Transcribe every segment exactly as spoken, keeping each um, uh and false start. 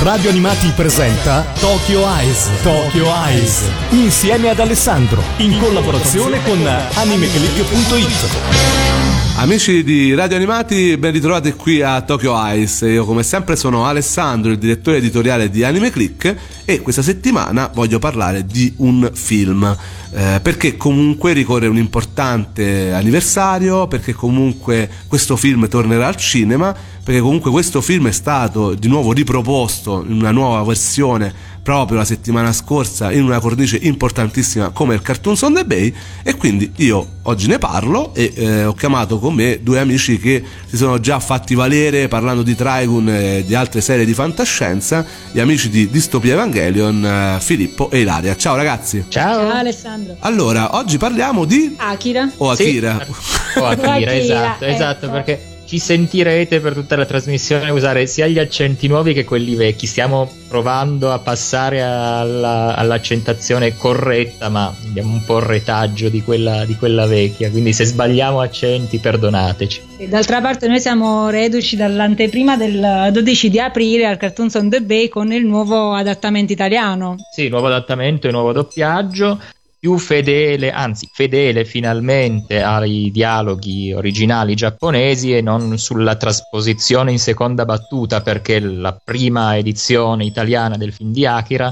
Radio Animati presenta Tokyo Eyes, Tokyo Eyes, insieme ad Alessandro, in collaborazione con animeclick punto it. Amici di Radio Animati, ben ritrovati qui a Tokyo Eyes. Io come sempre sono Alessandro, il direttore editoriale di Animeclick, e questa settimana voglio parlare di un film, eh, perché comunque ricorre un importante anniversario, perché comunque questo film tornerà al cinema, perché comunque questo film è stato di nuovo riproposto in una nuova versione proprio la settimana scorsa in una cornice importantissima come il Cartoons on the Bay, e quindi io oggi ne parlo e eh, ho chiamato con me due amici che si sono già fatti valere parlando di Trigun e di altre serie di fantascienza, gli amici di Dystopia Evangelion, eh, Filippo e Ilaria. Ciao ragazzi. Ciao. Ciao Alessandro. Allora, oggi parliamo di Akira o Akira. Sì. O Akira, Akira, esatto, ecco. esatto, perché ci sentirete per tutta la trasmissione usare sia gli accenti nuovi che quelli vecchi. Stiamo provando a passare alla, all'accentazione corretta, ma abbiamo un po' il retaggio di quella, di quella vecchia, quindi se sbagliamo accenti perdonateci. E d'altra parte noi siamo reduci dall'anteprima del dodici di aprile al Cartoons on the Bay con il nuovo adattamento italiano. Sì, nuovo adattamento e nuovo doppiaggio, più fedele, anzi fedele finalmente ai dialoghi originali giapponesi e non sulla trasposizione in seconda battuta, perché la prima edizione italiana del film di Akira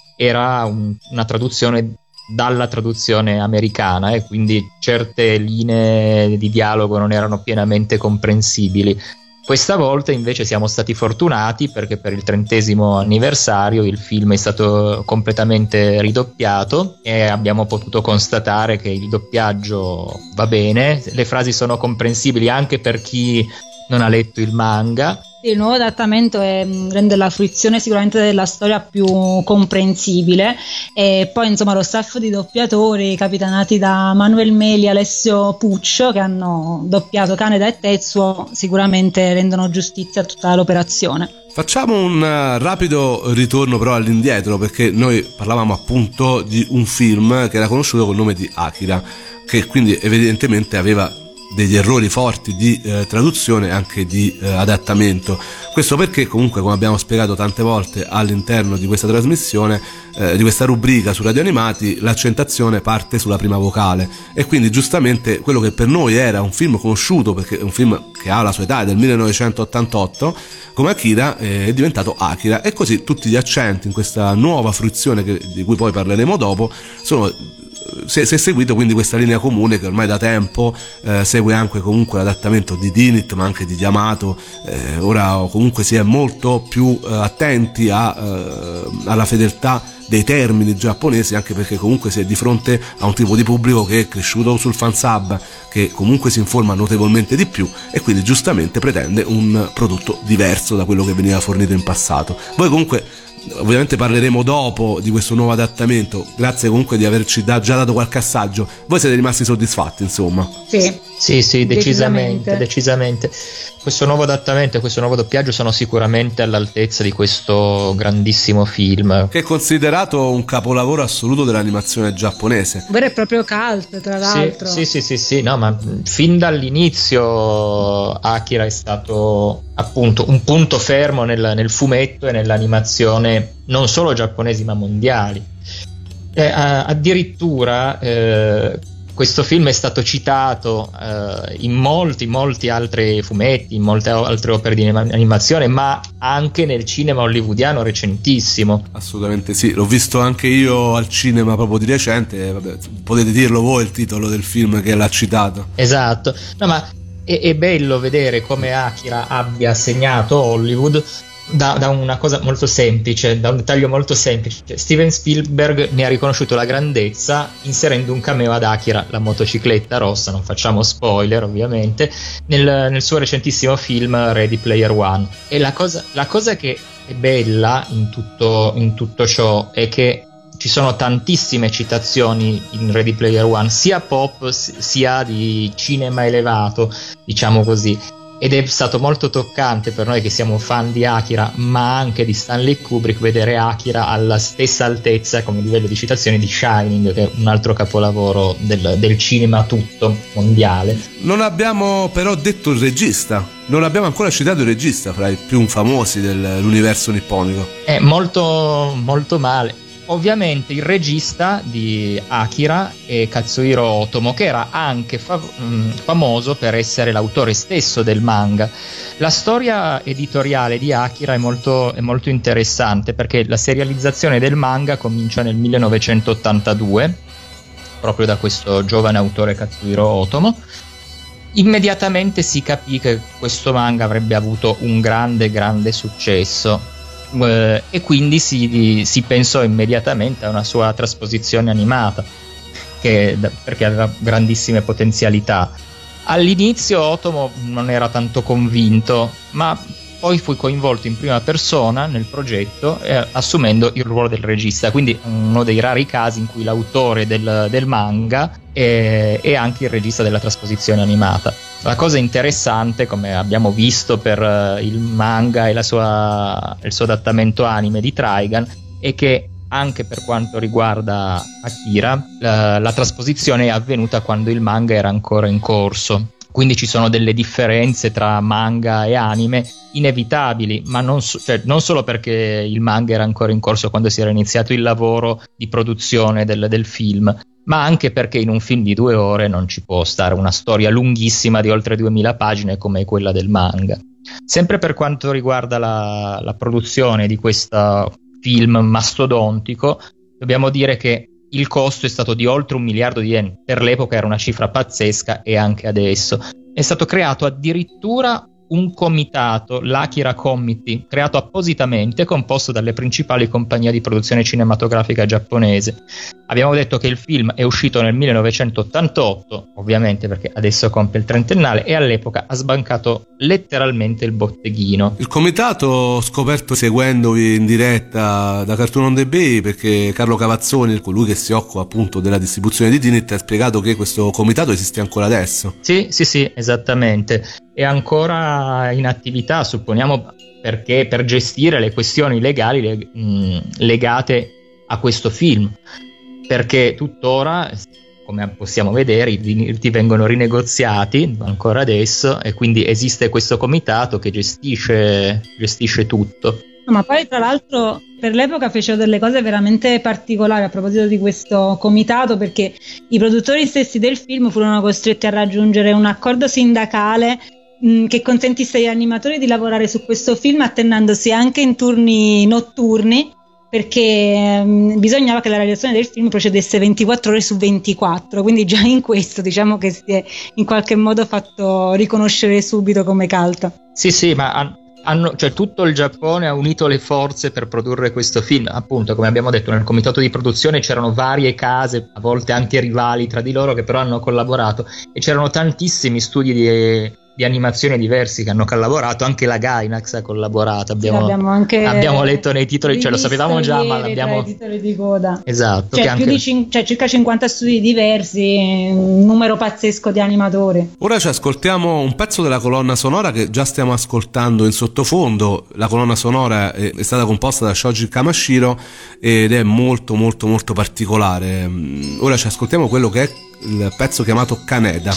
era un, una traduzione dalla traduzione americana, e quindi certe linee di dialogo non erano pienamente comprensibili. Questa volta invece siamo stati fortunati, perché per il trentesimo anniversario il film è stato completamente ridoppiato e abbiamo potuto constatare che il doppiaggio va bene, le frasi sono comprensibili anche per chi non ha letto il manga. Il nuovo adattamento è, rende la fruizione sicuramente della storia più comprensibile, e poi insomma lo staff di doppiatori capitanati da Manuel Meli e Alessio Puccio, che hanno doppiato Kaneda e Tetsuo, sicuramente rendono giustizia a tutta l'operazione. Facciamo un uh, rapido ritorno però all'indietro, perché noi parlavamo appunto di un film che era conosciuto col nome di Akira, che quindi evidentemente aveva degli errori forti di eh, traduzione e anche di eh, adattamento. Questo perché comunque, come abbiamo spiegato tante volte all'interno di questa trasmissione, eh, di questa rubrica su Radio Animati, l'accentazione parte sulla prima vocale, e quindi giustamente quello che per noi era un film conosciuto, perché è un film che ha la sua età, è del millenovecentottantotto, come Akira, eh, è diventato Akira, e così tutti gli accenti in questa nuova fruizione che, di cui poi parleremo dopo, sono si è seguito quindi questa linea comune che ormai da tempo eh, segue anche comunque l'adattamento di Dinit, ma anche di Yamato. Eh, ora comunque si è molto più eh, attenti a, eh, alla fedeltà dei termini giapponesi, anche perché comunque si è di fronte a un tipo di pubblico che è cresciuto sul fansub, che comunque si informa notevolmente di più e quindi giustamente pretende un prodotto diverso da quello che veniva fornito in passato. Voi comunque ovviamente parleremo dopo di questo nuovo adattamento, grazie comunque di averci da, già dato qualche assaggio. Voi siete rimasti soddisfatti, insomma? Sì, sì, sì, decisamente, decisamente. decisamente. Questo nuovo adattamento e questo nuovo doppiaggio sono sicuramente all'altezza di questo grandissimo film, che è considerato un capolavoro assoluto dell'animazione giapponese, un vero e proprio cult, tra l'altro. Sì, sì, sì, sì, sì, no, ma fin dall'inizio Akira è stato appunto un punto fermo nel, nel fumetto e nell'animazione non solo giapponesi ma mondiali. Eh, addirittura eh, questo film è stato citato eh, in molti, molti altri fumetti, in molte altre opere di animazione, ma anche nel cinema hollywoodiano recentissimo. Assolutamente sì, l'ho visto anche io al cinema proprio di recente. Vabbè, potete dirlo voi il titolo del film che l'ha citato. Esatto, no, ma è, è bello vedere come Akira abbia segnato Hollywood Da, da una cosa molto semplice, da un dettaglio molto semplice. Steven Spielberg ne ha riconosciuto la grandezza inserendo un cameo ad Akira, la motocicletta rossa, non facciamo spoiler ovviamente, nel, nel suo recentissimo film Ready Player One. E la cosa, la cosa che è bella in tutto, in tutto ciò è che ci sono tantissime citazioni in Ready Player One, sia pop sia di cinema elevato, diciamo così. ed è stato molto toccante per noi che siamo fan di Akira, ma anche di Stanley Kubrick, vedere Akira alla stessa altezza come livello di citazioni di Shining, che è un altro capolavoro del, del cinema tutto mondiale. Non abbiamo però detto il regista, non abbiamo ancora citato il regista fra i più famosi dell'universo nipponico. È molto molto male. Ovviamente il regista di Akira è Katsuhiro Otomo, che era anche fa- famoso per essere l'autore stesso del manga. La storia editoriale di Akira è molto, è molto interessante, perché la serializzazione del manga comincia nel millenovecentottantadue, proprio da questo giovane autore Katsuhiro Otomo. Immediatamente si capì che questo manga avrebbe avuto un grande grande successo. Uh, e quindi si, si pensò immediatamente a una sua trasposizione animata, che, perché aveva grandissime potenzialità. All'inizio Otomo non era tanto convinto, ma poi fu coinvolto in prima persona nel progetto, eh, assumendo il ruolo del regista, quindi uno dei rari casi in cui l'autore del, del manga è, è anche il regista della trasposizione animata. La cosa interessante, come abbiamo visto per uh, il manga e la sua, il suo adattamento anime di Trigun, è che anche per quanto riguarda Akira, la, la trasposizione è avvenuta quando il manga era ancora in corso. Quindi ci sono delle differenze tra manga e anime inevitabili, ma non, so, cioè, non solo perché il manga era ancora in corso quando si era iniziato il lavoro di produzione del, del film, ma anche perché in un film di due ore non ci può stare una storia lunghissima di oltre duemila pagine come quella del manga. Sempre per quanto riguarda la, la produzione di questo film mastodontico, dobbiamo dire che il costo è stato di oltre un miliardo di yen. Per l'epoca era una cifra pazzesca, e anche adesso. È stato creato addirittura un comitato, l'Akira Committee, creato appositamente, composto dalle principali compagnie di produzione cinematografica giapponese. Abbiamo detto che il film è uscito nel millenovecentottantotto, ovviamente perché adesso compie il trentennale, e all'epoca ha sbancato letteralmente il botteghino. Il comitato ho scoperto seguendovi in diretta da Cartoon on the Bay, perché Carlo Cavazzoni, colui che si occupa appunto della distribuzione di Dinit, ha spiegato che questo comitato esiste ancora adesso. Sì, sì, sì, esattamente. È ancora in attività, supponiamo, perché per gestire le questioni legali leg- mh, legate a questo film, perché tuttora, come possiamo vedere, i diritti vengono rinegoziati ancora adesso, e quindi esiste questo comitato che gestisce, gestisce tutto. Ma poi tra l'altro per l'epoca fecero delle cose veramente particolari a proposito di questo comitato, perché i produttori stessi del film furono costretti a raggiungere un accordo sindacale mh, che consentisse agli animatori di lavorare su questo film alternandosi anche in turni notturni, perché mh, bisognava che la realizzazione del film procedesse ventiquattro ore su ventiquattro, quindi già in questo diciamo che si è in qualche modo fatto riconoscere subito come calta. Sì, sì, ma hanno, cioè, tutto il Giappone ha unito le forze per produrre questo film. Appunto, come abbiamo detto, nel comitato di produzione c'erano varie case, a volte anche rivali tra di loro, che però hanno collaborato, e c'erano tantissimi studi di, di animazione diversi che hanno collaborato. Anche la Gainax ha collaborato, abbiamo, sì, anche abbiamo letto nei titoli, cioè lo sapevamo già, ma l'abbiamo i titoli di coda. Esatto, cioè, che più anche... di cin- cioè, circa cinquanta studi diversi, un numero pazzesco di animatori. Ora ci ascoltiamo un pezzo della colonna sonora che già stiamo ascoltando in sottofondo. La colonna sonora è, è stata composta da Shoji Kamashiro ed è molto molto molto particolare. Ora ci ascoltiamo quello che è il pezzo chiamato Kaneda.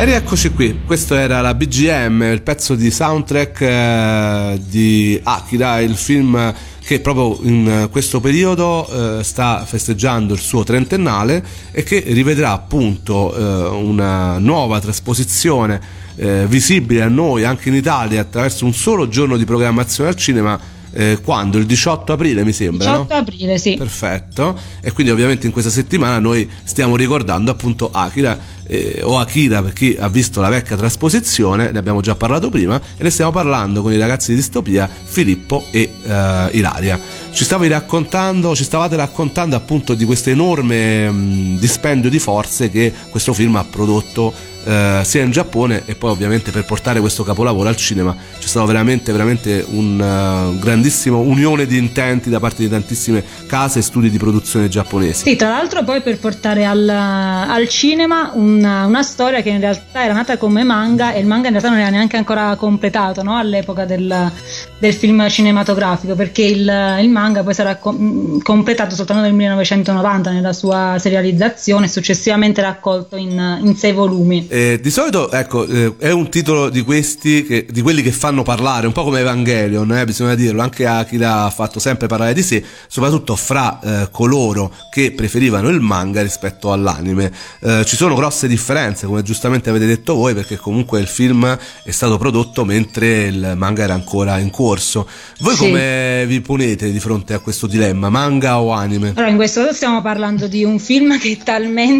E rieccoci qui, questo era la B G M, il pezzo di soundtrack eh, di Akira, il film che proprio in questo periodo eh, sta festeggiando il suo trentennale e che rivedrà appunto eh, una nuova trasposizione eh, visibile a noi anche in Italia attraverso un solo giorno di programmazione al cinema. Eh, quando? Il diciotto aprile mi sembra, diciotto no? aprile, sì. Perfetto. E quindi ovviamente in questa settimana noi stiamo ricordando appunto Akira eh, o Akira per chi ha visto la vecchia trasposizione, ne abbiamo già parlato prima e ne stiamo parlando con i ragazzi di Distopia, Filippo e eh, Ilaria. Ci stavi raccontando, ci stavate raccontando appunto di questo enorme mh, dispendio di forze che questo film ha prodotto Uh, sia in Giappone e poi ovviamente per portare questo capolavoro al cinema c'è stato veramente veramente un uh, grandissimo unione di intenti da parte di tantissime case e studi di produzione giapponesi. Sì, tra l'altro poi per portare al, al cinema una, una storia che in realtà era nata come manga e il manga in realtà non era neanche ancora completato, no? All'epoca del, del film cinematografico, perché il, il manga poi sarà com- completato soltanto nel millenovecentonovanta nella sua serializzazione e successivamente raccolto in, in sei volumi. Eh, di solito ecco eh, è un titolo di questi che, di quelli che fanno parlare, un po' come Evangelion, eh, bisogna dirlo, anche Akira ha fatto sempre parlare di sé, soprattutto fra eh, coloro che preferivano il manga rispetto all'anime. Eh, ci sono grosse differenze, come giustamente avete detto voi, perché comunque il film è stato prodotto mentre il manga era ancora in corso. Voi sì. Come vi ponete di fronte a questo dilemma, manga o anime? Allora, in questo caso stiamo parlando di un film che è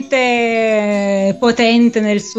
talmente potente nel suo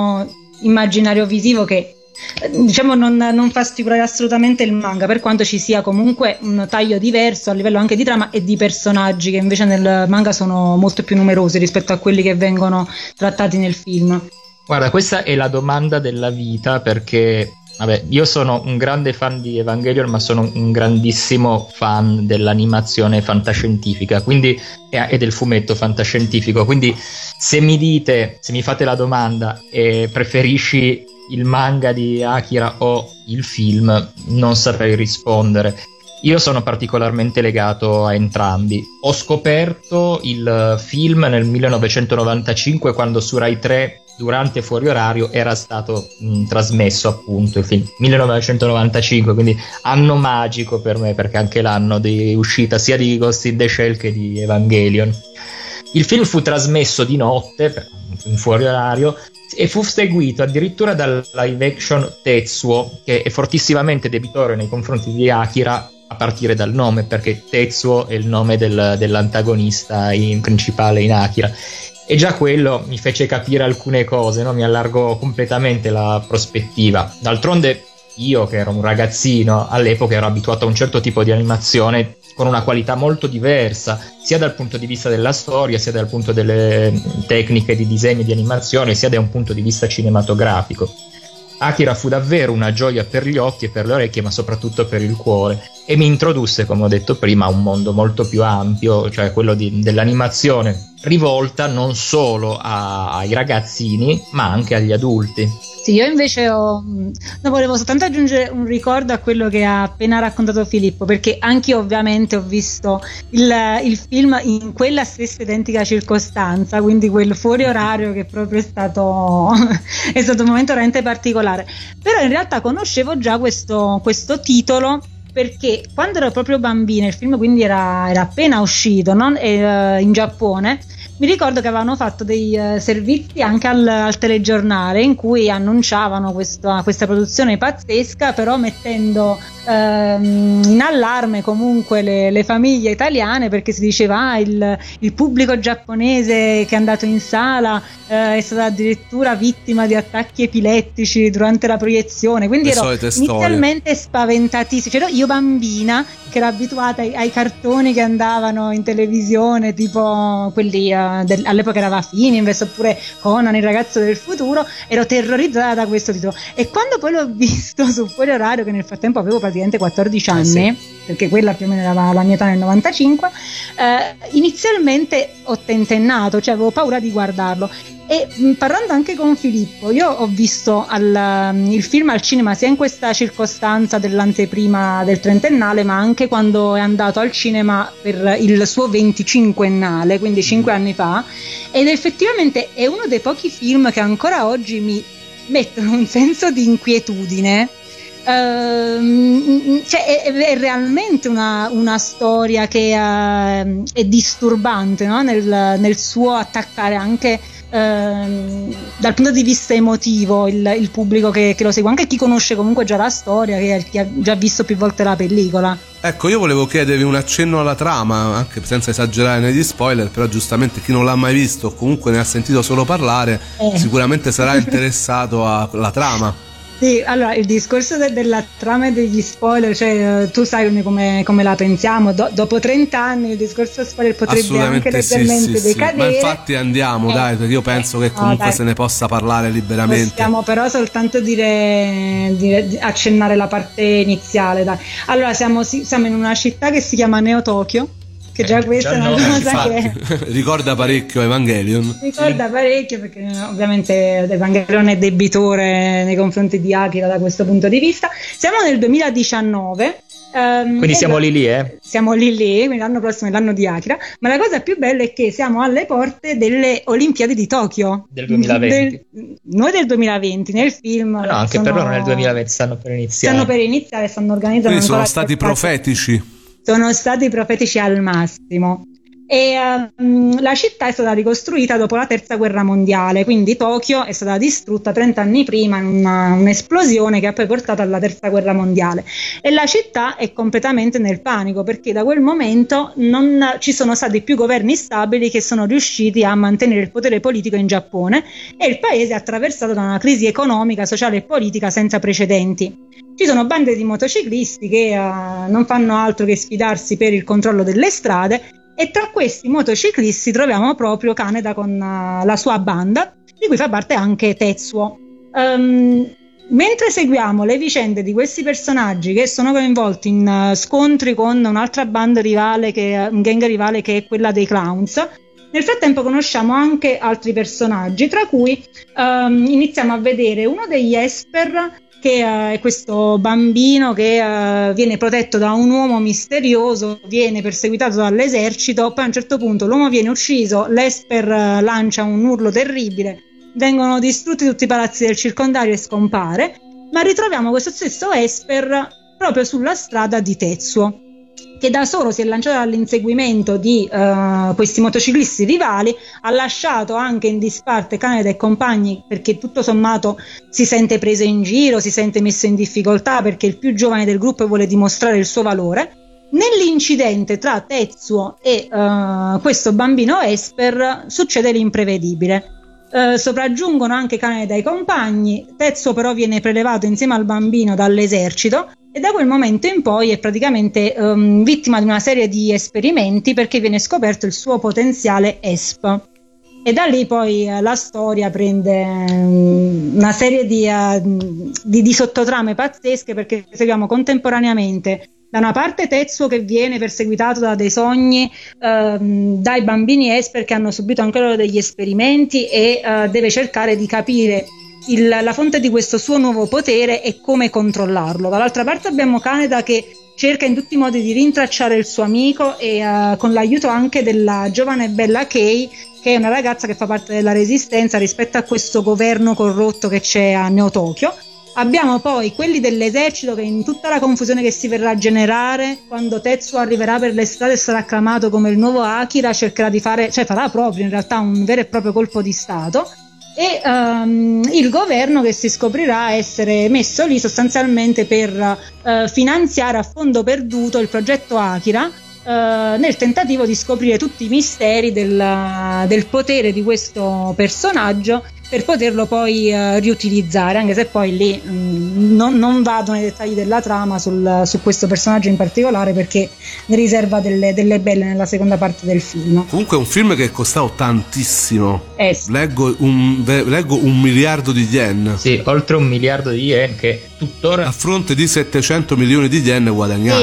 immaginario visivo che diciamo non, non fa sfigurare assolutamente il manga, per quanto ci sia comunque un taglio diverso a livello anche di trama e di personaggi che invece nel manga sono molto più numerosi rispetto a quelli che vengono trattati nel film. Guarda, questa è la domanda della vita, perché vabbè, io sono un grande fan di Evangelion, ma sono un grandissimo fan dell'animazione fantascientifica, quindi e del fumetto fantascientifico, quindi se mi dite, se mi fate la domanda e preferisci il manga di Akira o il film, non saprei rispondere. Io sono particolarmente legato a entrambi. Ho scoperto il film nel millenovecentonovantacinque, quando su Rai tre durante Fuori Orario era stato mh, trasmesso appunto il film millenovecentonovantacinque, quindi anno magico per me, perché anche l'anno di uscita sia di Ghost in the Shell che di Evangelion. Il film fu trasmesso di notte in Fuori Orario e fu seguito addirittura dal live action Tetsuo, che è fortissimamente debitore nei confronti di Akira a partire dal nome, perché Tetsuo è il nome del, dell'antagonista in, principale in Akira. E già quello mi fece capire alcune cose, no? Mi allargò completamente la prospettiva. D'altronde io, che ero un ragazzino all'epoca, ero abituato a un certo tipo di animazione con una qualità molto diversa, sia dal punto di vista della storia, sia dal punto delle tecniche di disegno e di animazione, sia da un punto di vista cinematografico. Akira fu davvero una gioia per gli occhi e per le orecchie, ma soprattutto per il cuore, e mi introdusse, come ho detto prima, a un mondo molto più ampio, cioè quello di, dell'animazione, rivolta non solo a, ai ragazzini, ma anche agli adulti. Sì, io invece ho, no, volevo soltanto aggiungere un ricordo a quello che ha appena raccontato Filippo, perché anch'io ovviamente ho visto il, il film in quella stessa identica circostanza, quindi quel fuori orario che proprio è stato è stato un momento veramente particolare. Però in realtà conoscevo già questo, questo titolo, perché quando ero proprio bambina, il film quindi era, era appena uscito, no? e, uh, in Giappone, mi ricordo che avevano fatto dei uh, servizi anche al, al telegiornale in cui annunciavano questa, questa produzione pazzesca, però mettendo ehm, in allarme comunque le, le famiglie italiane, perché si diceva ah, il, il pubblico giapponese che è andato in sala eh, è stato addirittura vittima di attacchi epilettici durante la proiezione, quindi le ero inizialmente spaventatissima, cioè, io bambina che ero abituata ai, ai cartoni che andavano in televisione, tipo quelli uh, del, all'epoca era Finibus oppure Conan il ragazzo del futuro, ero terrorizzata da questo titolo, e quando poi l'ho visto su Fuori Orario, che nel frattempo avevo praticamente quattordici anni, eh sì. perché quella più o meno era la mia età nel novantacinque, eh, inizialmente ho tentennato, cioè avevo paura di guardarlo. E mh, parlando anche con Filippo, io ho visto al, um, il film al cinema sia in questa circostanza dell'anteprima del trentennale, ma anche quando è andato al cinema per il suo venticinquennale, quindi cinque anni fa, ed effettivamente è uno dei pochi film che ancora oggi mi mettono un senso di inquietudine. Uh, cioè è, è realmente una, una storia che uh, è disturbante, no? nel, nel suo attaccare anche uh, dal punto di vista emotivo il, il pubblico che, che lo segue, anche chi conosce comunque già la storia, che, che ha già visto più volte la pellicola. Ecco, io volevo chiedervi un accenno alla trama, anche senza esagerare negli spoiler, però giustamente chi non l'ha mai visto o comunque ne ha sentito solo parlare eh. sicuramente sarà interessato alla trama. Sì, allora il discorso de- della trama e degli spoiler, cioè uh, tu sai come, come la pensiamo, Do- dopo trenta anni il discorso spoiler potrebbe anche leggermente sì, sì, decadere. Sì. Ma infatti andiamo, eh, dai, perché io penso che comunque no, se ne possa parlare liberamente. Possiamo però soltanto dire, dire accennare la parte iniziale, dai. Allora siamo, siamo in una città che si chiama Neo Tokyo, che già questa già è una no, cosa infatti, che ricorda parecchio Evangelion. Ricorda parecchio perché ovviamente Evangelion è debitore nei confronti di Akira da questo punto di vista. Siamo nel duemiladiciannove. Um, quindi siamo lì lì, eh? Siamo lì lì, quindi l'anno prossimo è l'anno di Akira. Ma la cosa più bella è che siamo alle porte delle Olimpiadi di Tokyo. Del duemilaventi. Del, noi del duemilaventi, nel film. No, anche sono, per loro nel duemilaventi stanno per iniziare. Stanno per iniziare, stanno organizzando. Quindi sono stati profetici. Sono stati profetici al massimo. E um, la città è stata ricostruita dopo la terza guerra mondiale, quindi Tokyo è stata distrutta trenta anni prima in una, un'esplosione che ha poi portato alla terza guerra mondiale, e la città è completamente nel panico perché da quel momento non ci sono stati più governi stabili che sono riusciti a mantenere il potere politico in Giappone, e il paese è attraversato da una crisi economica, sociale e politica senza precedenti. Ci sono bande di motociclisti che uh, non fanno altro che sfidarsi per il controllo delle strade, e tra questi motociclisti troviamo proprio Kaneda con uh, la sua banda, di cui fa parte anche Tetsuo. Um, mentre seguiamo le vicende di questi personaggi che sono coinvolti in uh, scontri con un'altra banda rivale, che, un gang rivale che è quella dei Clowns, nel frattempo conosciamo anche altri personaggi, tra cui um, iniziamo a vedere uno degli Esper, che uh, è questo bambino che uh, viene protetto da un uomo misterioso, viene perseguitato dall'esercito, poi a un certo punto l'uomo viene ucciso, l'Esper uh, lancia un urlo terribile, vengono distrutti tutti i palazzi del circondario e scompare, ma ritroviamo questo stesso Esper proprio sulla strada di Tetsuo, che da solo si è lanciato all'inseguimento di uh, questi motociclisti rivali, ha lasciato anche in disparte Kaneda e compagni perché tutto sommato si sente preso in giro, si sente messo in difficoltà perché il più giovane del gruppo vuole dimostrare il suo valore. Nell'incidente tra Tetsuo e uh, questo bambino Esper succede l'imprevedibile. Uh, sopraggiungono anche Kaneda e i compagni, Tetsuo però viene prelevato insieme al bambino dall'esercito, e da quel momento in poi è praticamente um, vittima di una serie di esperimenti perché viene scoperto il suo potenziale E S P. E da lì poi uh, la storia prende um, una serie di, uh, di, di sottotrame pazzesche, perché seguiamo contemporaneamente da una parte Tetsuo che viene perseguitato da dei sogni um, dai bambini Esper che hanno subito anche loro degli esperimenti, e uh, deve cercare di capire Il, la fonte di questo suo nuovo potere e come controllarlo. Dall'altra parte abbiamo Kaneda che cerca in tutti i modi di rintracciare il suo amico, e uh, con l'aiuto anche della giovane e bella Kei, che è una ragazza che fa parte della resistenza rispetto a questo governo corrotto che c'è a Neo Tokyo. Abbiamo poi quelli dell'esercito che, in tutta la confusione che si verrà a generare quando Tetsuo arriverà per le strade e sarà acclamato come il nuovo Akira, cercherà di fare, cioè farà proprio in realtà un vero e proprio colpo di stato, e um, il governo che si scoprirà essere messo lì sostanzialmente per uh, finanziare a fondo perduto il progetto Akira, uh, nel tentativo di scoprire tutti i misteri del, del potere di questo personaggio per poterlo poi uh, riutilizzare, anche se poi lì mh, non, non vado nei dettagli della trama sul, su questo personaggio in particolare, perché ne riserva delle, delle belle nella seconda parte del film. Comunque è un film che è costato tantissimo, eh sì. leggo, un, leggo un miliardo di yen. Sì, oltre un miliardo di yen, che tuttora a fronte di settecento milioni di yen guadagnati. E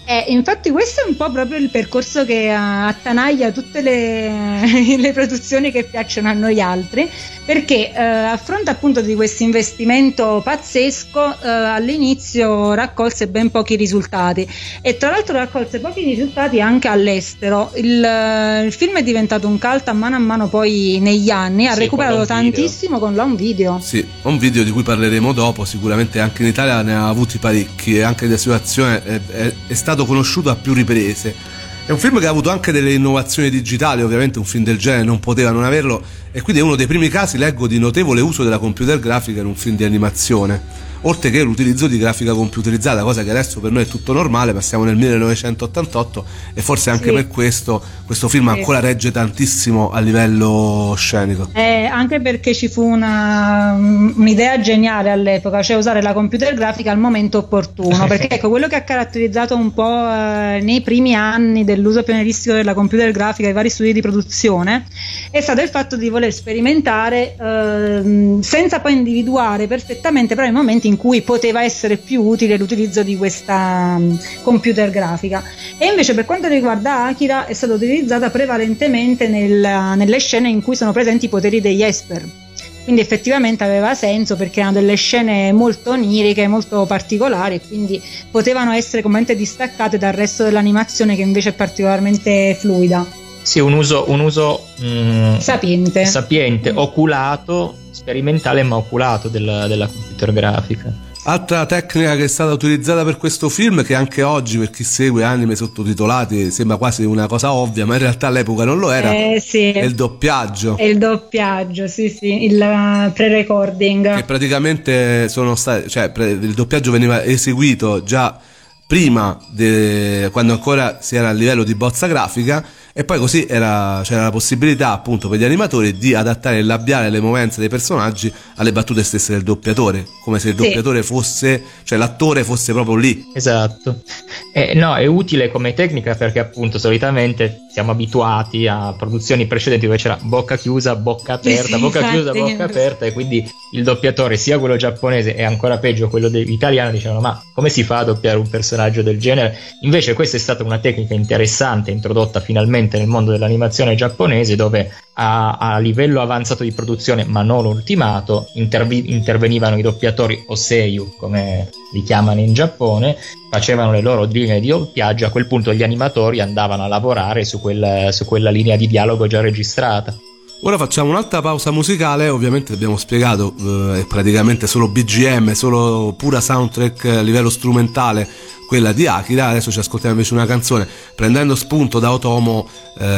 Eh, infatti questo è un po' proprio il percorso che attanaglia tutte le, le produzioni che piacciono a noi altri, perché eh, a fronte appunto di questo investimento pazzesco eh, all'inizio raccolse ben pochi risultati e tra l'altro raccolse pochi risultati anche all'estero. Il, il film è diventato un cult a mano a mano poi negli anni, ha Sì, recuperato con l'home tantissimo con l'home video. Sì, un video di cui parleremo dopo, sicuramente anche in Italia ne ha avuti parecchi e anche la situazione è, è, è stato conosciuto a più riprese. È un film che ha avuto anche delle innovazioni digitali, ovviamente un film del genere non poteva non averlo, e quindi è uno dei primi casi, leggo, di notevole uso della computer grafica in un film di animazione, oltre che l'utilizzo di grafica computerizzata, cosa che adesso per noi è tutto normale, ma siamo nel millenovecentottantotto e forse anche Sì. per questo questo film Sì. ancora regge tantissimo a livello scenico. Eh, anche perché ci fu una, un'idea geniale all'epoca, cioè usare la computer grafica al momento opportuno, perché ecco, quello che ha caratterizzato un po' eh, nei primi anni dell'uso pionieristico della computer grafica ai vari studi di produzione è stato il fatto di voler sperimentare ehm, senza poi individuare perfettamente però i momenti in cui poteva essere più utile l'utilizzo di questa um, computer grafica. E invece per quanto riguarda Akira è stata utilizzata prevalentemente nel, nelle scene in cui sono presenti i poteri degli Esper, quindi effettivamente aveva senso perché erano delle scene molto oniriche, molto particolari e quindi potevano essere completamente distaccate dal resto dell'animazione che invece è particolarmente fluida. Sì, un uso, un uso mm, Sapiente. sapiente, oculato, sperimentale ma oculato della, della computer grafica. Altra tecnica che è stata utilizzata per questo film, che anche oggi per chi segue anime sottotitolati sembra quasi una cosa ovvia, ma in realtà all'epoca non lo era, Eh, sì. è il doppiaggio. È il doppiaggio, sì, sì, il uh, pre-recording. Che praticamente sono stati, cioè pre- il doppiaggio veniva eseguito già prima de, quando ancora si era a livello di bozza grafica, e poi così era, c'era la possibilità appunto per gli animatori di adattare il labiale e le movenze dei personaggi alle battute stesse del doppiatore, come se il Sì. doppiatore fosse, cioè l'attore fosse proprio lì. Esatto. Eh, no, è utile come tecnica perché appunto solitamente siamo abituati a produzioni precedenti dove c'era bocca chiusa, bocca aperta, Sì, bocca infatti. chiusa, bocca aperta, e quindi il doppiatore, sia quello giapponese e ancora peggio quello de- italiano, dicevano ma come si fa a doppiare un personaggio del genere? Invece questa è stata una tecnica interessante introdotta finalmente nel mondo dell'animazione giapponese, dove a, a livello avanzato di produzione ma non ultimato intervi- intervenivano i doppiatori o seiyu, come li chiamano in Giappone, facevano le loro linee di doppiaggio. A quel punto gli animatori andavano a lavorare su, quel, su quella linea di dialogo già registrata. Ora facciamo un'altra pausa musicale, ovviamente abbiamo spiegato, eh, è praticamente solo B G M, solo pura soundtrack a livello strumentale, quella di Akira. Adesso ci ascoltiamo invece una canzone prendendo spunto da Otomo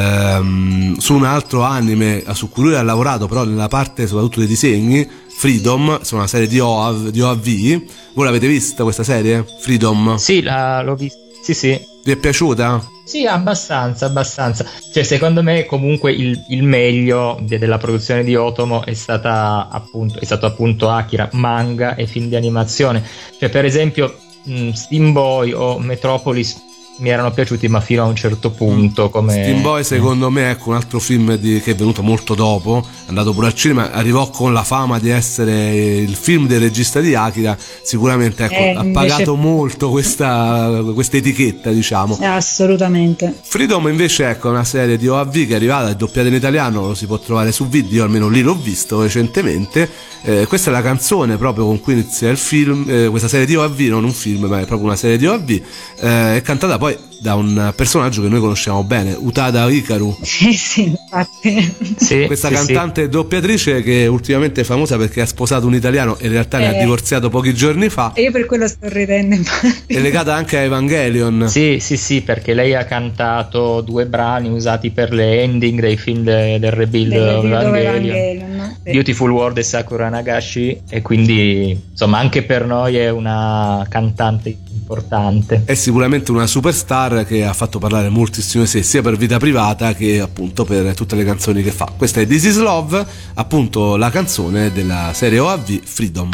ehm, su un altro anime su cui lui ha lavorato, però nella parte soprattutto dei disegni, Freedom, sono una serie di O A V, di O A V. Voi l'avete vista questa serie? Freedom? Sì, la, l'ho vista. Sì, sì. Vi è piaciuta? Sì, abbastanza, abbastanza. Cioè, secondo me, comunque il, il meglio de- della produzione di Otomo è stata appunto, è stato appunto Akira, manga e film di animazione. Cioè, per esempio, mh, Steam Boy o Metropolis mi erano piaciuti, ma fino a un certo punto. Come Steam Boy, secondo me, ecco, un altro film di, che è venuto molto dopo, è andato pure al cinema, arrivò con la fama di essere il film del regista di Akira. Sicuramente, ecco, Eh, ha invece- pagato molto questa, questa etichetta, diciamo. Eh, assolutamente. Freedom invece, ecco, è una serie di O A V che è arrivata, è doppiata in italiano, lo si può trovare su video, almeno lì l'ho visto recentemente. Eh, questa è la canzone proprio con cui inizia il film, eh, questa serie di O A V, non un film ma è proprio una serie di O A V, eh, è cantata poi da un personaggio che noi conosciamo bene, Utada Hikaru. Sì, sì, infatti. Sì, Questa sì, cantante e doppiatrice che ultimamente è famosa perché ha sposato un italiano e in realtà ne ha Eh. divorziato pochi giorni fa, E io per quello sto ridendo, infatti. è legata anche a Evangelion. Sì, sì, sì, perché lei ha cantato due brani usati per le ending dei film de- del rebuild Delle of di dove Evangelion, Evangelion, no? Sì. Beautiful World e Sakura Nagashi, e quindi insomma anche per noi è una cantante importante. È sicuramente una superstar che ha fatto parlare moltissimo di sé, sia per vita privata che appunto per tutte le canzoni che fa. Questa è This Is Love, appunto la canzone della serie O A V Freedom.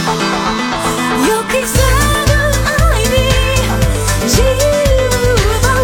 Yoki saru ai ni jiru wa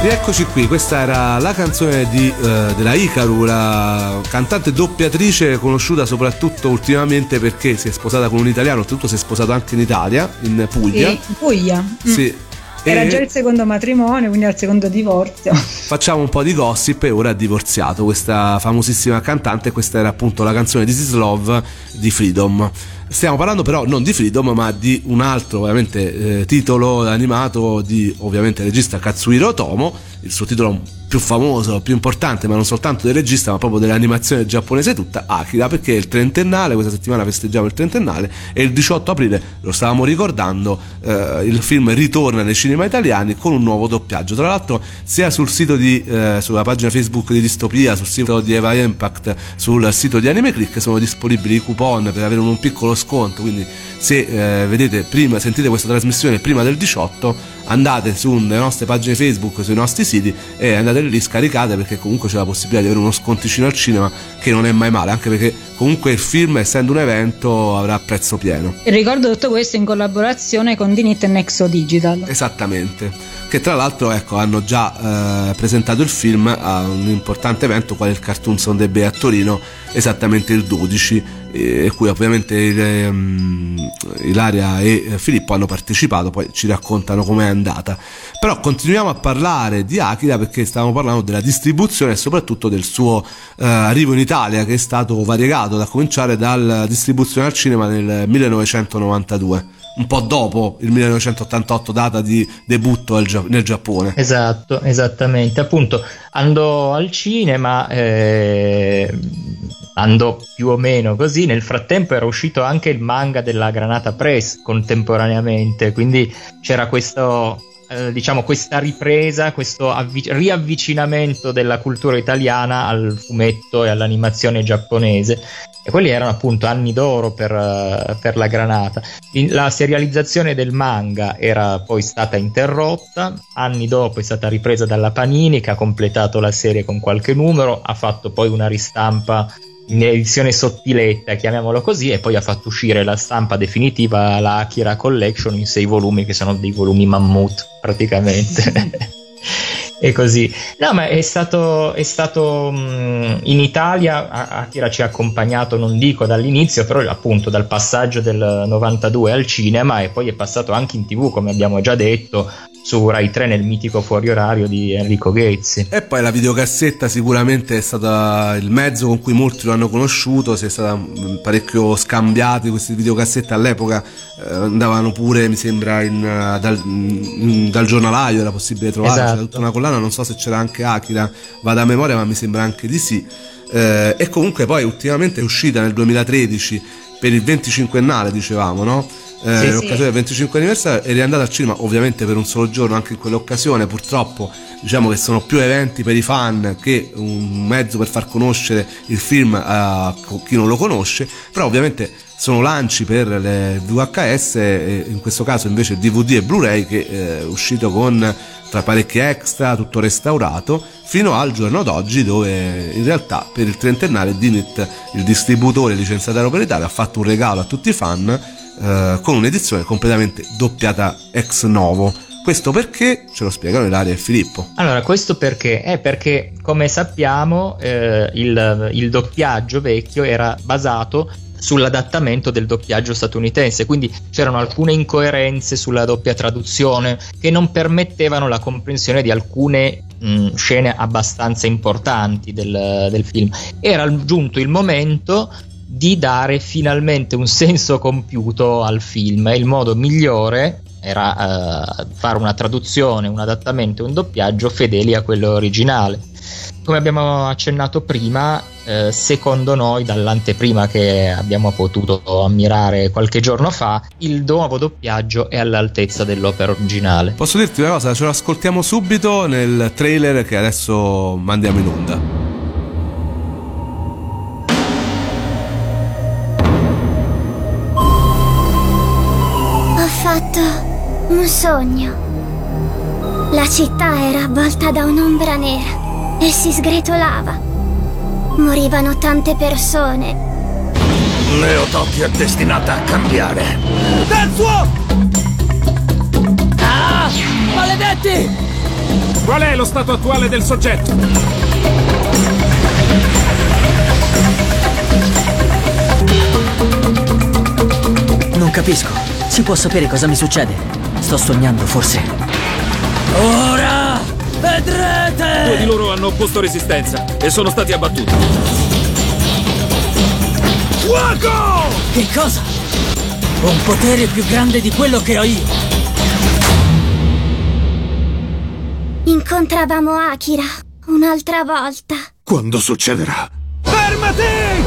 Rieccoci qui, questa era la canzone di, uh, della Hikaru, la cantante doppiatrice conosciuta soprattutto ultimamente perché si è sposata con un italiano, oltretutto si è sposato anche in Italia, in Puglia. Sì, in Puglia. Sì. Era E già il secondo matrimonio, quindi al secondo divorzio. facciamo un po' di gossip e ora ha divorziato questa famosissima cantante. Questa era appunto la canzone This Is Love di Freedom. Stiamo parlando però non di Freedom ma di un altro ovviamente eh, titolo animato di ovviamente il regista Katsuhiro Otomo, il suo titolo più famoso, più importante, ma non soltanto del regista ma proprio dell'animazione giapponese tutta, Akira, perché è il trentennale, questa settimana festeggiamo il trentennale e il diciotto aprile, lo stavamo ricordando, eh, il film ritorna nei cinema italiani con un nuovo doppiaggio, tra l'altro sia sul sito di eh, sulla pagina Facebook di Distopia, sul sito di Eva Impact, sul sito di Anime Click sono disponibili i coupon per avere un piccolo sconto, quindi se eh, vedete prima, sentite questa trasmissione prima del diciotto, andate sulle nostre pagine Facebook, sui nostri siti e andate lì, scaricate, perché comunque c'è la possibilità di avere uno sconticino al cinema, che non è mai male, anche perché comunque il film, essendo un evento, avrà prezzo pieno. E ricordo tutto questo in collaborazione con Dinit e Nexo Digital. Esattamente, che tra l'altro ecco hanno già eh, presentato il film a un importante evento quale il Cartoon Sunday Bay a Torino, esattamente il dodici, e cui ovviamente il, um, Ilaria e Filippo hanno partecipato, poi ci raccontano com'è andata. Però continuiamo a parlare di Akira perché stavamo parlando della distribuzione e soprattutto del suo uh, arrivo in Italia, che è stato variegato, da cominciare dalla distribuzione al cinema nel millenovecentonovantadue, un po' dopo il millenovecentottantotto, data di debutto nel Giappone. Esatto, esattamente. Appunto, andò al cinema, eh, andò più o meno così. Nel frattempo era uscito anche il manga della Granata Press contemporaneamente, quindi c'era questo, eh, diciamo, questa ripresa, questo avvic- riavvicinamento della cultura italiana al fumetto e all'animazione giapponese. E quelli erano appunto anni d'oro per, uh, per la Granata. La serializzazione del manga era poi stata interrotta, anni dopo è stata ripresa dalla Panini, che ha completato la serie con qualche numero, ha fatto poi una ristampa in edizione sottiletta, chiamiamolo così, e poi ha fatto uscire la stampa definitiva, la Akira Collection, in sei volumi, che sono dei volumi mammut praticamente. E così, no, ma è stato, è stato mh, in Italia Akira ci ha accompagnato, non dico dall'inizio, però appunto dal passaggio del novantadue al cinema, e poi è passato anche in tivù, come abbiamo già detto, su Rai tre nel mitico fuori orario di Enrico Ghezzi. E poi la videocassetta sicuramente è stata il mezzo con cui molti lo hanno conosciuto, si è stata parecchio scambiati queste videocassette all'epoca, eh, andavano pure mi sembra in, dal, in, dal giornalaio, era possibile trovare, esatto. C'era tutta una collana, non so se c'era anche Akira, vado a memoria, ma mi sembra anche di sì. Eh, e comunque poi ultimamente è uscita nel duemilatredici per il venticinquennale, dicevamo, no? Eh, sì, l'occasione sì. del venticinque anniversario, ed è andata al cinema ovviamente per un solo giorno anche in quell'occasione. Purtroppo diciamo che sono più eventi per i fan che un mezzo per far conoscere il film a chi non lo conosce, però ovviamente sono lanci per le V H S, e in questo caso invece il D V D e Blu-ray, che è uscito con tra parecchi extra, tutto restaurato, fino al giorno d'oggi, dove in realtà per il trentennale Dinit, il distributore licenziatario per l'Italia, ha fatto un regalo a tutti i fan eh, con un'edizione completamente doppiata ex novo. Questo perché? Ce lo spiegano Ilaria e Filippo. Allora, questo perché? È perché, come sappiamo, eh, il, il doppiaggio vecchio era basato sull'adattamento del doppiaggio statunitense, quindi c'erano alcune incoerenze sulla doppia traduzione che non permettevano la comprensione di alcune mh, scene abbastanza importanti del, del film. Era giunto il momento di dare finalmente un senso compiuto al film, e il modo migliore era uh, fare una traduzione, un adattamento e un doppiaggio fedeli a quello originale. Come abbiamo accennato prima, eh, secondo noi, dall'anteprima che abbiamo potuto ammirare qualche giorno fa, il nuovo doppiaggio è all'altezza dell'opera originale. Posso dirti una cosa? Ce lo ascoltiamo subito nel trailer che adesso mandiamo in onda. Ho fatto un sogno. La città era avvolta da un'ombra nera e si sgretolava. Morivano tante persone. Neotoki è destinata a cambiare. Tetsuo! Ah! Maledetti! Qual è lo stato attuale del soggetto? Non capisco. Si può sapere cosa mi succede? Sto sognando, forse. Ora vedrete! Due di loro hanno opposto resistenza e sono stati abbattuti. Fuoco! Che cosa? Un potere più grande di quello che ho io. Incontravamo Akira un'altra volta. Quando succederà? Fermati!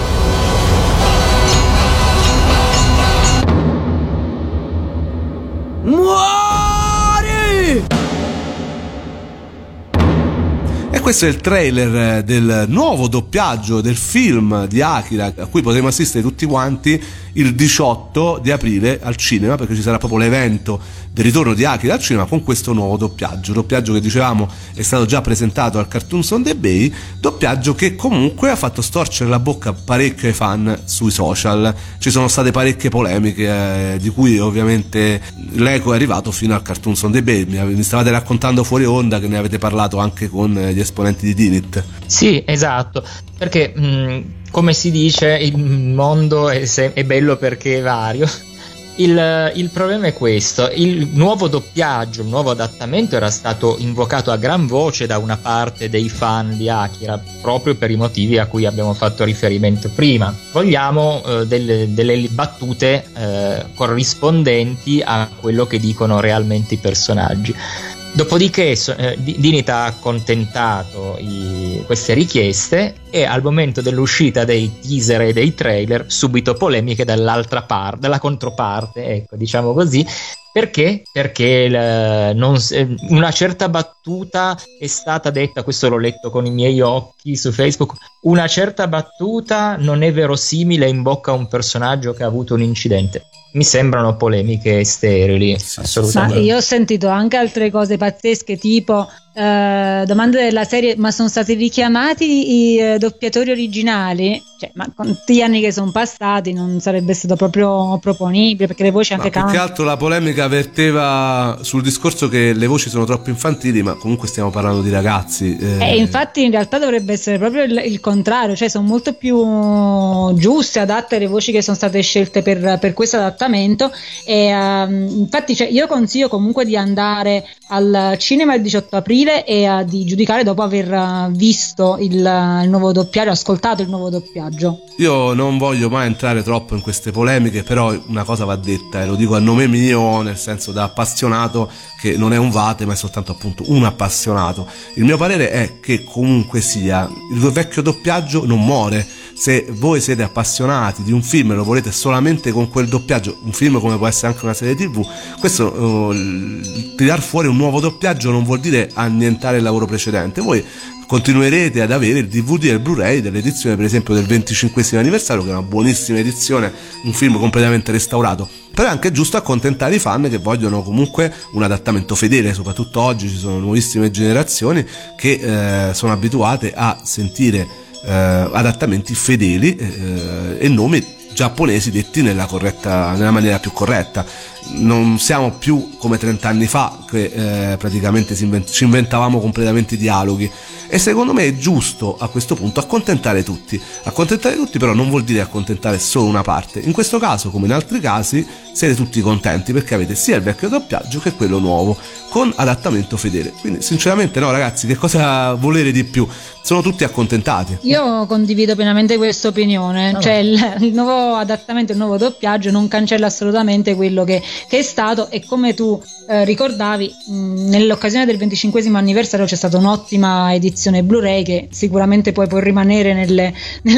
Muori! E questo è il trailer del nuovo doppiaggio del film di Akira, a cui potremo assistere tutti quanti il diciotto di aprile al cinema, perché ci sarà proprio l'evento del ritorno di Akira al cinema con questo nuovo doppiaggio, doppiaggio che dicevamo è stato già presentato al Cartoons on the Bay, doppiaggio che comunque ha fatto storcere la bocca parecchio ai fan sui social. Ci sono state parecchie polemiche, eh, di cui ovviamente l'eco è arrivato fino al Cartoons on the Bay. Mi stavate raccontando fuori onda che ne avete parlato anche con gli esponenti di Dinit. Sì, esatto, perché mh, come si dice, il mondo è, se- è bello perché è vario. Il, il problema è questo: il nuovo doppiaggio, il nuovo adattamento era stato invocato a gran voce da una parte dei fan di Akira, proprio per i motivi a cui abbiamo fatto riferimento prima. Vogliamo eh, delle, delle battute eh, corrispondenti a quello che dicono realmente i personaggi. Dopodiché eh, Dinit ha accontentato i, queste richieste, e al momento dell'uscita dei teaser e dei trailer subito polemiche dall'altra parte, dalla controparte, ecco, diciamo così. Perché? Perché il, non, una certa battuta è stata detta, questo l'ho letto con i miei occhi su Facebook, una certa battuta non è verosimile in bocca a un personaggio che ha avuto un incidente. Mi sembrano polemiche sterili, sì, assolutamente. Ma io ho sentito anche altre cose pazzesche, tipo eh, domande della serie: ma sono stati richiamati i eh, doppiatori originali? Cioè, ma con tutti gli anni che sono passati non sarebbe stato proprio proponibile, perché le voci anche cambiano. Più che altro la polemica verteva sul discorso che le voci sono troppo infantili, ma comunque stiamo parlando di ragazzi. Eh. E infatti in realtà dovrebbe essere proprio il, il contrario, cioè sono molto più giuste, adatte le voci che sono state scelte per, per questo adattamento. E um, infatti, cioè, io consiglio comunque di andare al cinema il diciotto aprile e uh, di giudicare dopo aver uh, visto il, uh, il nuovo doppiaggio, ascoltato il nuovo doppiaggio. Io non voglio mai entrare troppo in queste polemiche, però una cosa va detta, e lo dico a nome mio, nel senso da appassionato, che non è un vate ma è soltanto appunto un appassionato. Il mio parere è che comunque sia il vecchio doppiaggio non muore. Se voi siete appassionati di un film e lo volete solamente con quel doppiaggio, un film come può essere anche una serie tv, questo uh, tirar fuori un nuovo doppiaggio non vuol dire annientare il lavoro precedente. Voi continuerete ad avere il D V D e il Blu-ray dell'edizione, per esempio, del venticinquesimo anniversario, che è una buonissima edizione, un film completamente restaurato. Però è anche giusto accontentare i fan che vogliono comunque un adattamento fedele. Soprattutto oggi ci sono nuovissime generazioni che eh, sono abituate a sentire eh, adattamenti fedeli eh, e nomi giapponesi detti nella corretta, nella maniera più corretta. Non siamo più come trent'anni fa che eh, praticamente si invent- ci inventavamo completamente i dialoghi, e secondo me è giusto a questo punto accontentare tutti. Accontentare tutti però non vuol dire accontentare solo una parte. In questo caso, come in altri casi, siete tutti contenti perché avete sia il vecchio doppiaggio che quello nuovo con adattamento fedele. Quindi sinceramente no ragazzi, che cosa volere di più? Sono tutti accontentati. Io condivido pienamente questa opinione, no, cioè il, il nuovo adattamento, il nuovo doppiaggio non cancella assolutamente quello che, che è stato, e come tu eh, ricordavi mh, nell'occasione del venticinquesimo anniversario c'è stata un'ottima edizione Blu-ray che sicuramente poi può rimanere nelle,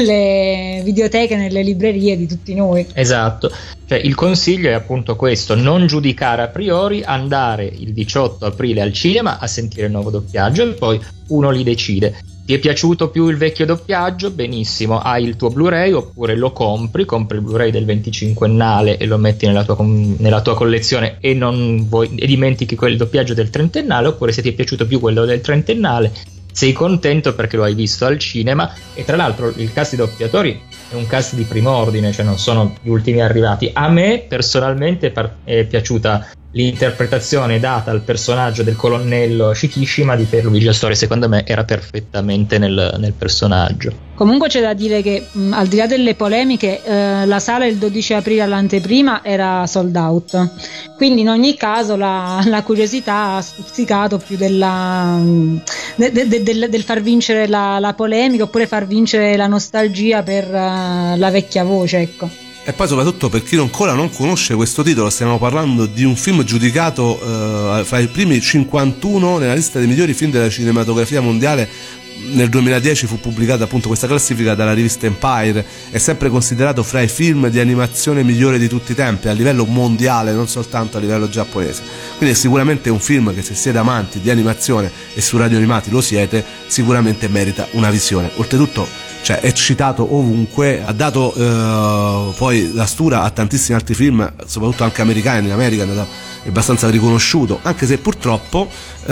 nelle videoteche, nelle librerie di tutti noi. Esatto, cioè il consiglio è appunto questo: non giudicare a priori, andare il diciotto aprile al cinema a sentire il nuovo doppiaggio e poi uno li decide. Ti è piaciuto più il vecchio doppiaggio? Benissimo, hai il tuo Blu-ray, oppure lo compri, compri il Blu-ray del venticinquennale e lo metti nella tua, nella tua collezione e, non vuoi, e dimentichi quel doppiaggio del trentennale, oppure se ti è piaciuto più quello del trentennale sei contento perché lo hai visto al cinema. E tra l'altro il cast di doppiatori è un cast di primo ordine, cioè non sono gli ultimi arrivati. A me personalmente è piaciuta l'interpretazione data al personaggio del colonnello Shikishima di Pierluigi Astori secondo me era perfettamente nel, nel personaggio. Comunque c'è da dire che mh, al di là delle polemiche eh, la sala il dodici aprile all'anteprima era sold out, quindi in ogni caso la, la curiosità ha stuzzicato più della, de, de, de, del, del far vincere la, la polemica oppure far vincere la nostalgia per uh, la vecchia voce, ecco. E poi soprattutto per chi ancora non conosce questo titolo, stiamo parlando di un film giudicato eh, fra i primi cinquantuno nella lista dei migliori film della cinematografia mondiale. Nel duemiladieci fu pubblicata appunto questa classifica dalla rivista Empire, è sempre considerato fra i film di animazione migliori di tutti i tempi a livello mondiale, non soltanto a livello giapponese. Quindi è sicuramente un film che, se siete amanti di animazione e su radio animati lo siete, sicuramente merita una visione. Oltretutto, cioè, è citato ovunque, ha dato eh, poi la stura a tantissimi altri film, soprattutto anche americani. In America è abbastanza riconosciuto, anche se purtroppo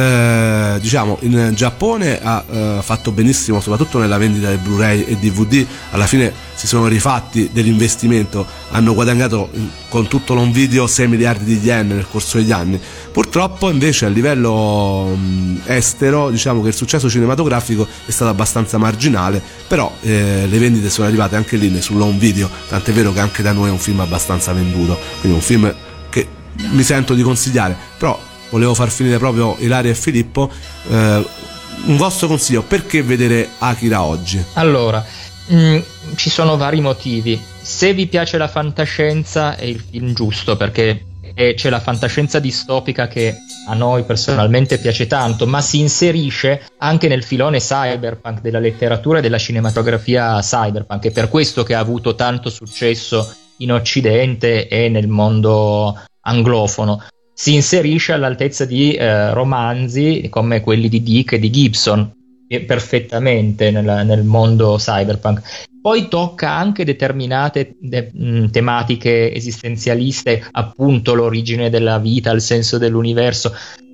eh, diciamo in Giappone ha eh, fatto benissimo, soprattutto nella vendita del Blu-ray e D V D. Alla fine si sono rifatti dell'investimento, hanno guadagnato con tutto l'home video sei miliardi di yen nel corso degli anni. Purtroppo invece a livello mh, estero, diciamo che il successo cinematografico è stato abbastanza marginale, però eh, le vendite sono arrivate anche lì sull'home video, tant'è vero che anche da noi è un film abbastanza venduto, quindi un film che mi sento di consigliare. Però volevo far finire proprio Ilaria e Filippo, eh, un vostro consiglio: perché vedere Akira oggi? Allora, mh, ci sono vari motivi. Se vi piace la fantascienza è il film giusto, perché è, c'è la fantascienza distopica che a noi personalmente piace tanto, ma si inserisce anche nel filone cyberpunk della letteratura e della cinematografia cyberpunk. È per questo che ha avuto tanto successo in Occidente e nel mondo anglofono. Si inserisce all'altezza di eh, romanzi come quelli di Dick e di Gibson, perfettamente nel, nel mondo cyberpunk. Poi tocca anche determinate de- mh, tematiche esistenzialiste, appunto l'origine della vita, il senso dell'universo,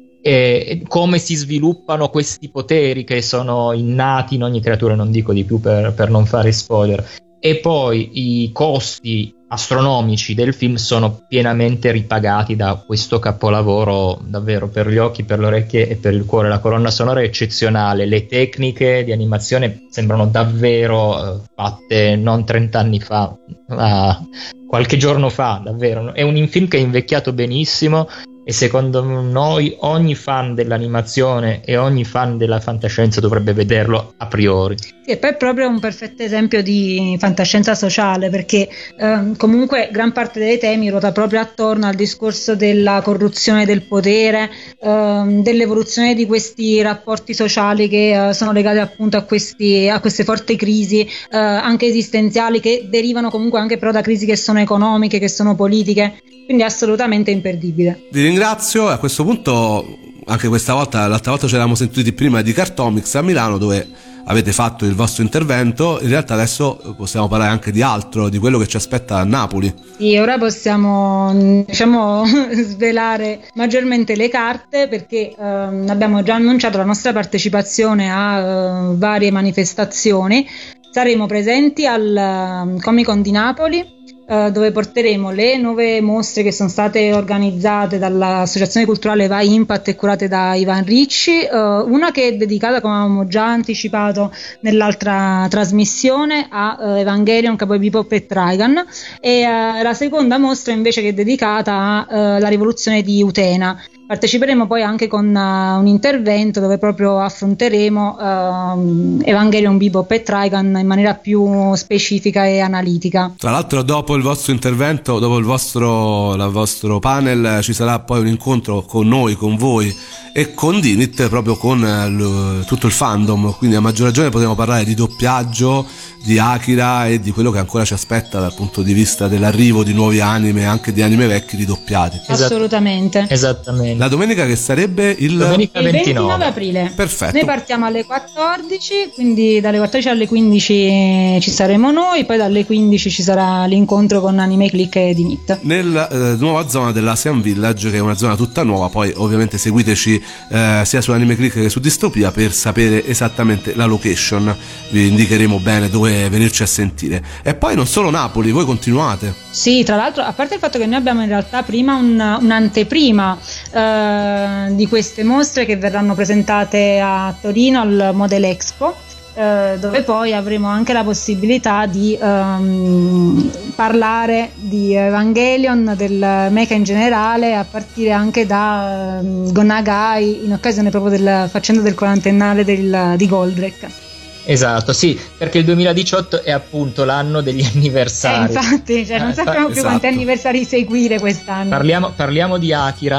e come si sviluppano questi poteri che sono innati in ogni creatura. Non dico di più per, per non fare spoiler. E poi i costi astronomici del film sono pienamente ripagati da questo capolavoro, davvero, per gli occhi, per le orecchie e per il cuore. La colonna sonora è eccezionale, le tecniche di animazione sembrano davvero eh, fatte non trent'anni fa, ma qualche giorno fa, davvero. È un film che è invecchiato benissimo e secondo noi ogni fan dell'animazione e ogni fan della fantascienza dovrebbe vederlo a priori. Sì, e poi è proprio un perfetto esempio di fantascienza sociale, perché eh, comunque gran parte dei temi ruota proprio attorno al discorso della corruzione del potere, eh, dell'evoluzione di questi rapporti sociali che eh, sono legati appunto a, questi, a queste forti crisi eh, anche esistenziali, che derivano comunque anche però da crisi che sono economiche, che sono politiche. Quindi è assolutamente imperdibile. Vi ringrazio. A questo punto, anche questa volta, l'altra volta ci eravamo sentiti prima di Cartomics a Milano, dove avete fatto il vostro intervento. In realtà adesso possiamo parlare anche di altro, di quello che ci aspetta a Napoli. Sì, ora possiamo, diciamo, svelare maggiormente le carte, perché ehm, abbiamo già annunciato la nostra partecipazione a eh, varie manifestazioni. Saremo presenti al uh, Comic Con di Napoli, Uh, dove porteremo le nuove mostre che sono state organizzate dall'associazione culturale Vai Impact e curate da Ivan Ricci, uh, una che è dedicata, come avevamo già anticipato nell'altra trasmissione, a uh, Evangelion, Cowboy Bebop e Trigun, e uh, la seconda mostra invece che è dedicata alla uh, rivoluzione di Utena. Parteciperemo poi anche con uh, un intervento dove proprio affronteremo uh, Evangelion, Bebop e Trigun in maniera più specifica e analitica. Tra l'altro, dopo il vostro intervento, dopo il vostro, il vostro panel, ci sarà poi un incontro con noi, con voi e con Dinit, proprio con l, tutto il fandom, quindi a maggior ragione potremo parlare di doppiaggio, di Akira e di quello che ancora ci aspetta dal punto di vista dell'arrivo di nuovi anime, anche di anime vecchi ridoppiati. Assolutamente. Esattamente. La domenica che sarebbe il, domenica il ventinove. ventinove aprile. Perfetto. Noi partiamo alle quattordici, quindi dalle quattordici alle quindici ci saremo noi, poi dalle quindici ci sarà l'incontro con Anime Click e Dinit. Nella eh, nuova zona dell'Asian Village, che è una zona tutta nuova. Poi ovviamente seguiteci eh, sia su Anime Click che su Distopia per sapere esattamente la location. Vi indicheremo bene dove venirci a sentire. E poi non solo Napoli, voi continuate. Sì, tra l'altro, a parte il fatto che noi abbiamo in realtà prima un, un'anteprima eh, di queste mostre che verranno presentate a Torino al Model Expo, eh, dove poi avremo anche la possibilità di ehm, parlare di Evangelion, del mecha in generale, a partire anche da ehm, Go Nagai, in occasione proprio del faccenda del quarantennale del, di Goldrake. Esatto, sì, perché il duemiladiciotto è appunto l'anno degli anniversari. Eh, infatti, cioè, non Eh, sappiamo fa- più quanti esatto. anniversari seguire quest'anno. Parliamo, parliamo di Akira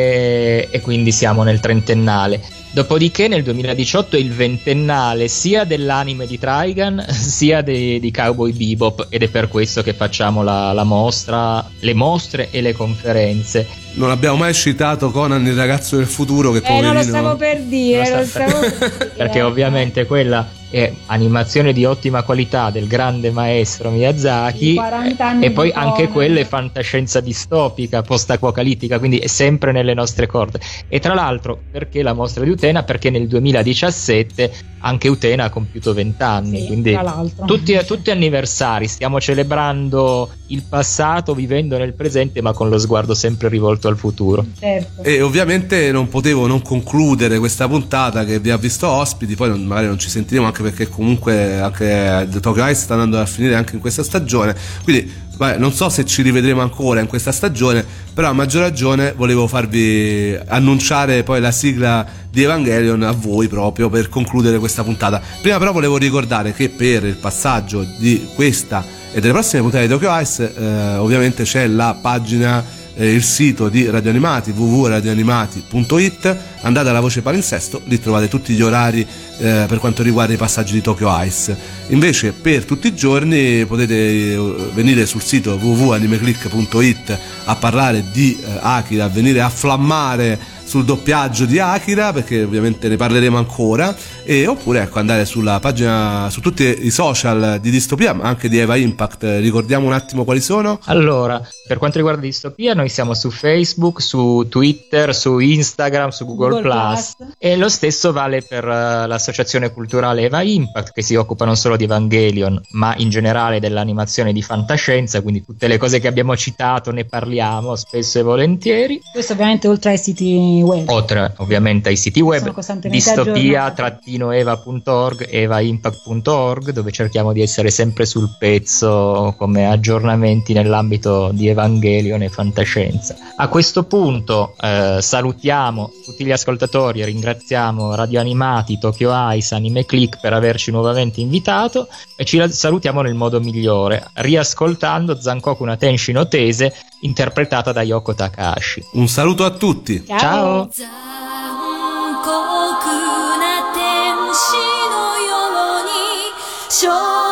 e, e quindi siamo nel trentennale. Dopodiché nel duemiladiciotto è il ventennale sia dell'anime di Trigun sia de, di Cowboy Bebop, ed è per questo che facciamo la, la mostra, le mostre e le conferenze. Non abbiamo mai citato Conan il ragazzo del futuro, che Eh, poverino. non lo stavo per dire, Non lo sta- stavo per dire. Perché ovviamente quella è animazione di ottima qualità del grande maestro Miyazaki, Sì, quaranta anni e poi di anche Conan. quella è fantascienza distopica, post-apocalittica, quindi è sempre nelle nostre corde. E tra l'altro, perché la mostra di Utena? Perché nel duemiladiciassette anche Utena ha compiuto vent'anni, Sì, quindi tra l'altro. tutti, tutti anniversari, stiamo celebrando il passato, vivendo nel presente, ma con lo sguardo sempre rivolto al futuro. Certo. E ovviamente non potevo non concludere questa puntata che vi ha visto ospiti, poi non- magari non ci sentiremo, anche perché comunque anche The Tokyo Ice sta andando a finire anche in questa stagione, quindi vabbè, non so se ci rivedremo ancora in questa stagione, però a maggior ragione volevo farvi annunciare poi la sigla di Evangelion a voi, proprio per concludere questa puntata. Prima però volevo ricordare che per il passaggio di questa e delle prossime puntate di Tokyo Ice eh, ovviamente c'è la pagina, eh, il sito di Radio Animati, w w w punto radio animati punto i t. Andate alla voce palinsesto, lì trovate tutti gli orari eh, per quanto riguarda i passaggi di Tokyo Ice. Invece per tutti i giorni potete eh, venire sul sito w w w punto animeclick punto i t a parlare di eh, Akira, a venire a flammare sul doppiaggio di Akira, perché ovviamente ne parleremo ancora, e oppure ecco andare sulla pagina, su tutti i social di Distopia, ma anche di Eva Impact. Ricordiamo un attimo quali sono. Allora, per quanto riguarda Distopia, noi siamo su Facebook, su Twitter, su Instagram, su Google, Google Plus, Plus. e lo stesso vale per uh, l'associazione culturale Eva Impact, che si occupa non solo di Evangelion, ma in generale dell'animazione di fantascienza, quindi tutte le cose che abbiamo citato ne parliamo spesso e volentieri. Questo ovviamente oltre ai siti web. Oltre ovviamente ai siti web, Sono costantemente aggiornati. distopia eva punto org, eva impact punto org, dove cerchiamo di essere sempre sul pezzo come aggiornamenti nell'ambito di Evangelion e fantascienza. A questo punto eh, salutiamo tutti gli ascoltatori e ringraziamo Radio Animati, Tokyo Ice, Anime Click per averci nuovamente invitato, e ci salutiamo nel modo migliore, riascoltando Zankoku no Tenshi no Tese, interpretata da Yoko Takahashi. Un saluto a tutti. Ciao! 残酷な天使のように少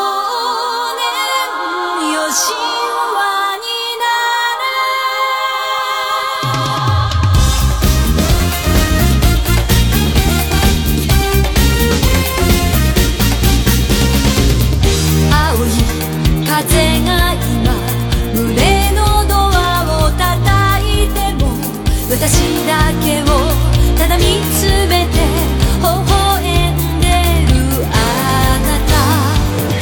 年よ神話になれ青い風が今胸のドアを叩いても私だけをただ見つめて微笑んでるあなた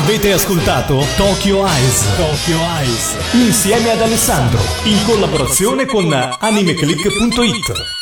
Avete ascoltato Tokyo Eyes, Tokyo Eyes, insieme ad Alessandro, in collaborazione con animeclick punto it.